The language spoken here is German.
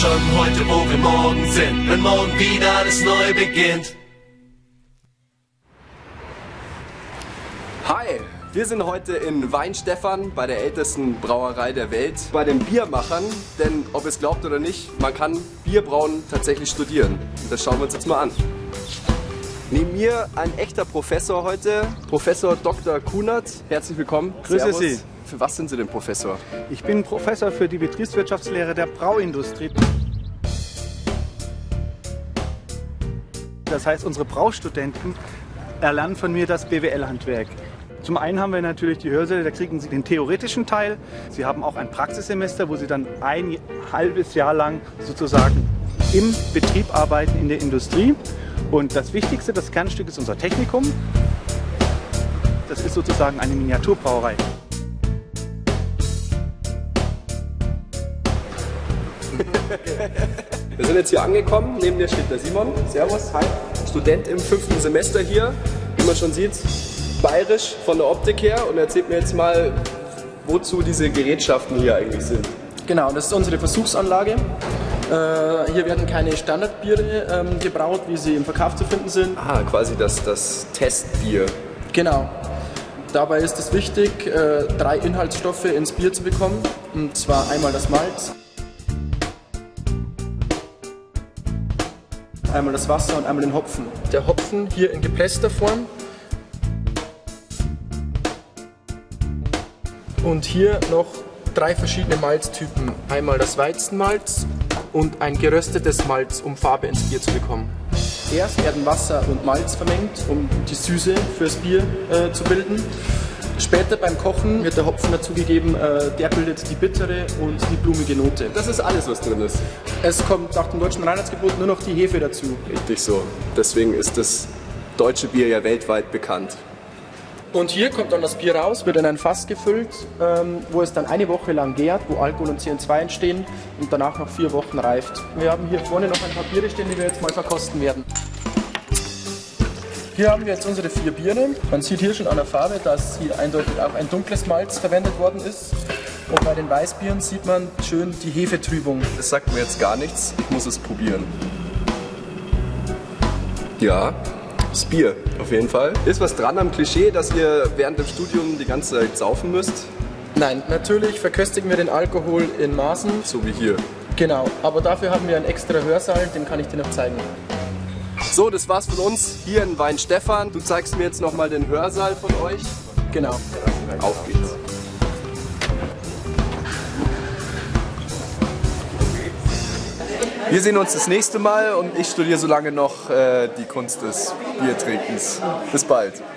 schon heute, wo wir morgen sind, wenn morgen wieder alles neu beginnt. Hi, wir sind heute in Weinstefan bei der ältesten Brauerei der Welt, bei den Biermachern, denn ob es glaubt oder nicht, man kann Bierbrauen tatsächlich studieren. Und das schauen wir uns jetzt mal an. Neben mir ein echter Professor heute, Professor Dr. Kunert. Herzlich willkommen. Grüße Servus. Sie. Für was sind Sie denn Professor? Ich bin Professor für die Betriebswirtschaftslehre der Brauindustrie. Das heißt, unsere Braustudenten erlernen von mir das BWL-Handwerk. Zum einen haben wir natürlich die Hörsäle, da kriegen Sie den theoretischen Teil. Sie haben auch ein Praxissemester, wo Sie dann ein halbes Jahr lang sozusagen im Betrieb arbeiten in der Industrie. Und das Wichtigste, das Kernstück ist unser Technikum. Das ist sozusagen eine Miniaturbrauerei. Wir sind jetzt hier angekommen, neben mir steht der Simon. Servus, hi. Student im 5. Semester hier, wie man schon sieht, bayerisch von der Optik her, und erzählt mir jetzt mal, wozu diese Gerätschaften hier eigentlich sind. Genau, das ist unsere Versuchsanlage. Hier werden keine Standardbiere gebraut, wie sie im Verkauf zu finden sind. Ah, quasi das Testbier. Genau. Dabei ist es wichtig, 3 Inhaltsstoffe ins Bier zu bekommen. Und zwar einmal das Malz, einmal das Wasser und einmal den Hopfen. Der Hopfen hier in gepresster Form. Und hier noch 3 verschiedene Malztypen. Einmal das Weizenmalz und ein geröstetes Malz, um Farbe ins Bier zu bekommen. Erst werden Wasser und Malz vermengt, um die Süße fürs Bier zu bilden. Später beim Kochen wird der Hopfen dazugegeben, der bildet die bittere und die blumige Note. Das ist alles, was drin ist. Es kommt nach dem deutschen Reinheitsgebot nur noch die Hefe dazu. Richtig so. Deswegen ist das deutsche Bier ja weltweit bekannt. Und hier kommt dann das Bier raus, wird in ein Fass gefüllt, wo es dann eine Woche lang gärt, wo Alkohol und CO2 entstehen und danach noch 4 Wochen reift. Wir haben hier vorne noch ein paar Biere stehen, die wir jetzt mal verkosten werden. Hier haben wir jetzt unsere 4 Biere. Man sieht hier schon an der Farbe, dass hier eindeutig auch ein dunkles Malz verwendet worden ist. Und bei den Weißbieren sieht man schön die Hefetrübung. Das sagt mir jetzt gar nichts, ich muss es probieren. Ja, das Bier auf jeden Fall. Ist was dran am Klischee, dass ihr während dem Studium die ganze Zeit saufen müsst? Nein, natürlich verköstigen wir den Alkohol in Maßen. So wie hier. Genau, aber dafür haben wir einen extra Hörsaal, den kann ich dir noch zeigen. So, das war's von uns hier in Weinstefan. Du zeigst mir jetzt nochmal den Hörsaal von euch. Genau. Auf geht's. Wir sehen uns das nächste Mal und ich studiere so lange noch die Kunst des Biertrinkens. Bis bald.